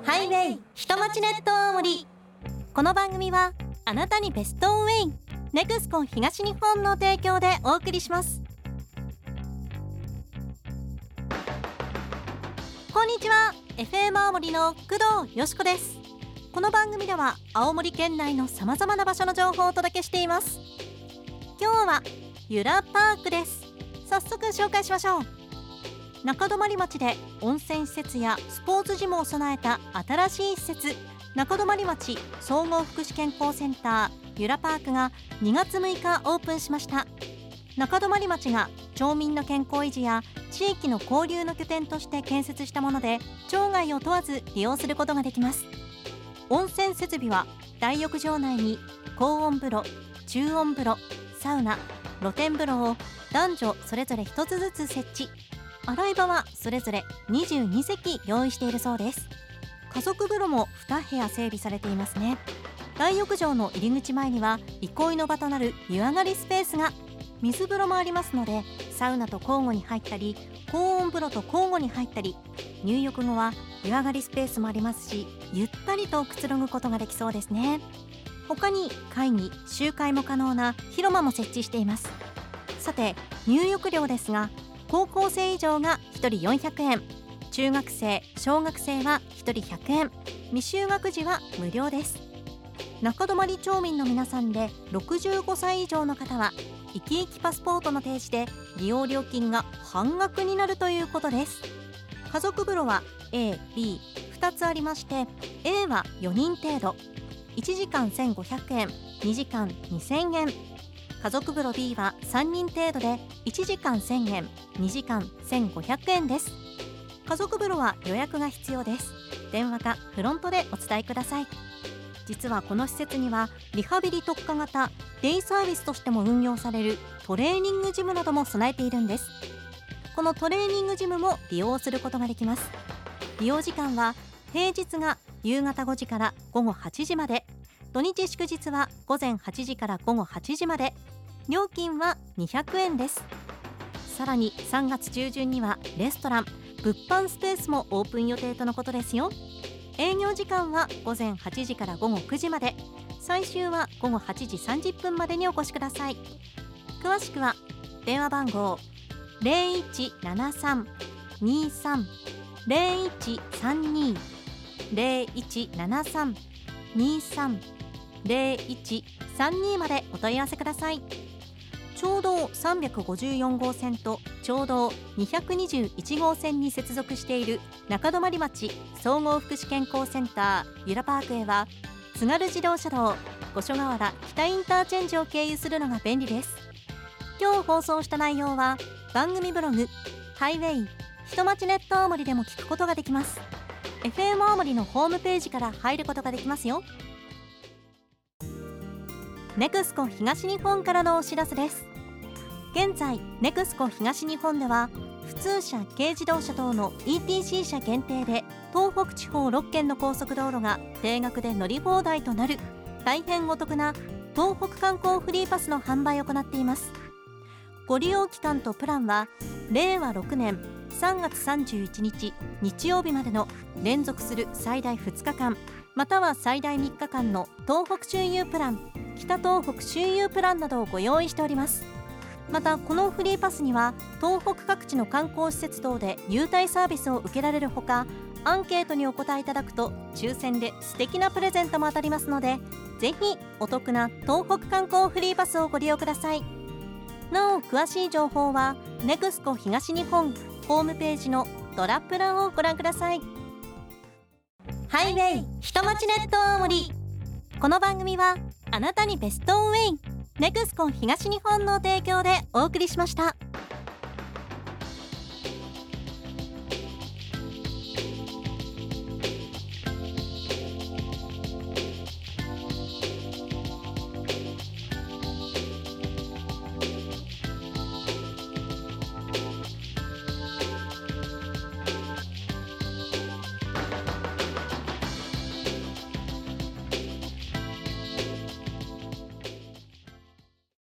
ハイウェイ下町ネット青森。この番組はあなたにベストウェイネクスコ東日本の提供でお送りします。こんにちは、 FM 青森の工藤よしこです。この番組では青森県内のさまざまな場所の情報をお届けしています。今日はゆらパークです。早速紹介しましょう。中泊町で温泉施設やスポーツジムを備えた新しい施設、中泊町総合福祉健康センターゆらパークが2月6日オープンしました。中泊町が町民の健康維持や地域の交流の拠点として建設したもので、町外を問わず利用することができます。温泉設備は大浴場内に高温風呂、中温風呂、サウナ、露天風呂を男女それぞれ1つずつ設置。洗い場はそれぞれ22席用意しているそうです。家族風呂も2部屋整備されていますね。大浴場の入り口前には憩いの場となる湯上がりスペースが、水風呂もありますので、サウナと交互に入ったり、高温風呂と交互に入ったり、入浴後は湯上がりスペースもありますし、ゆったりとくつろぐことができそうですね。他に会議・集会も可能な広間も設置しています。さて、入浴料ですが、高校生以上が1人400円、中学生・小学生は1人100円、未就学児は無料です。中泊町民の皆さんで65歳以上の方はイキイキパスポートの提示で利用料金が半額になるということです。家族風呂は A、B2 つありまして、 A は4人程度、1時間1500円、2時間2000円。家族風呂 B は3人程度で1時間1000円、2時間1500円です。家族風呂は予約が必要です。電話かフロントでお伝えください。実はこの施設にはリハビリ特化型デイサービスとしても運用されるトレーニングジムなども備えているんです。このトレーニングジムも利用することができます。利用時間は平日が夕方5時から午後8時まで、土日祝日は午前8時から午後8時まで。料金は200円です。さらに3月中旬にはレストラン、物販スペースもオープン予定とのことですよ。営業時間は午前8時から午後9時まで、最終は午後8時30分までにお越しください。詳しくは電話番号 0173-23-0132 0173-23-0132までお問い合わせください。町道354号線と町道221号線に接続している中泊町総合福祉健康センターゆらパークへは、津軽自動車道五所川原北インターチェンジを経由するのが便利です。今日放送した内容は番組ブログハイウェイ下町ネット青森でも聞くことができます。 FM 青森のホームページから入ることができますよ。ネクスコ東日本からのお知らせです。現在ネクスコ東日本では普通車・軽自動車等の ETC 車限定で東北地方6県の高速道路が定額で乗り放題となる大変お得な東北観光フリーパスの販売を行っています。ご利用期間とプランは令和6年3月31日日曜日までの連続する最大2日間または最大3日間の東北周遊プラン、北東北周遊プランなどをご用意しております。またこのフリーパスには東北各地の観光施設等で優待サービスを受けられるほか、アンケートにお答えいただくと抽選で素敵なプレゼントも当たりますので、ぜひお得な東北観光フリーパスをご利用ください。なお詳しい情報はネクスコ東日本ホームページのドラプラをご覧ください。ハイウェイ下町ネット青森。この番組はあなたにベストウェイネクスコ東日本の提供でお送りしました。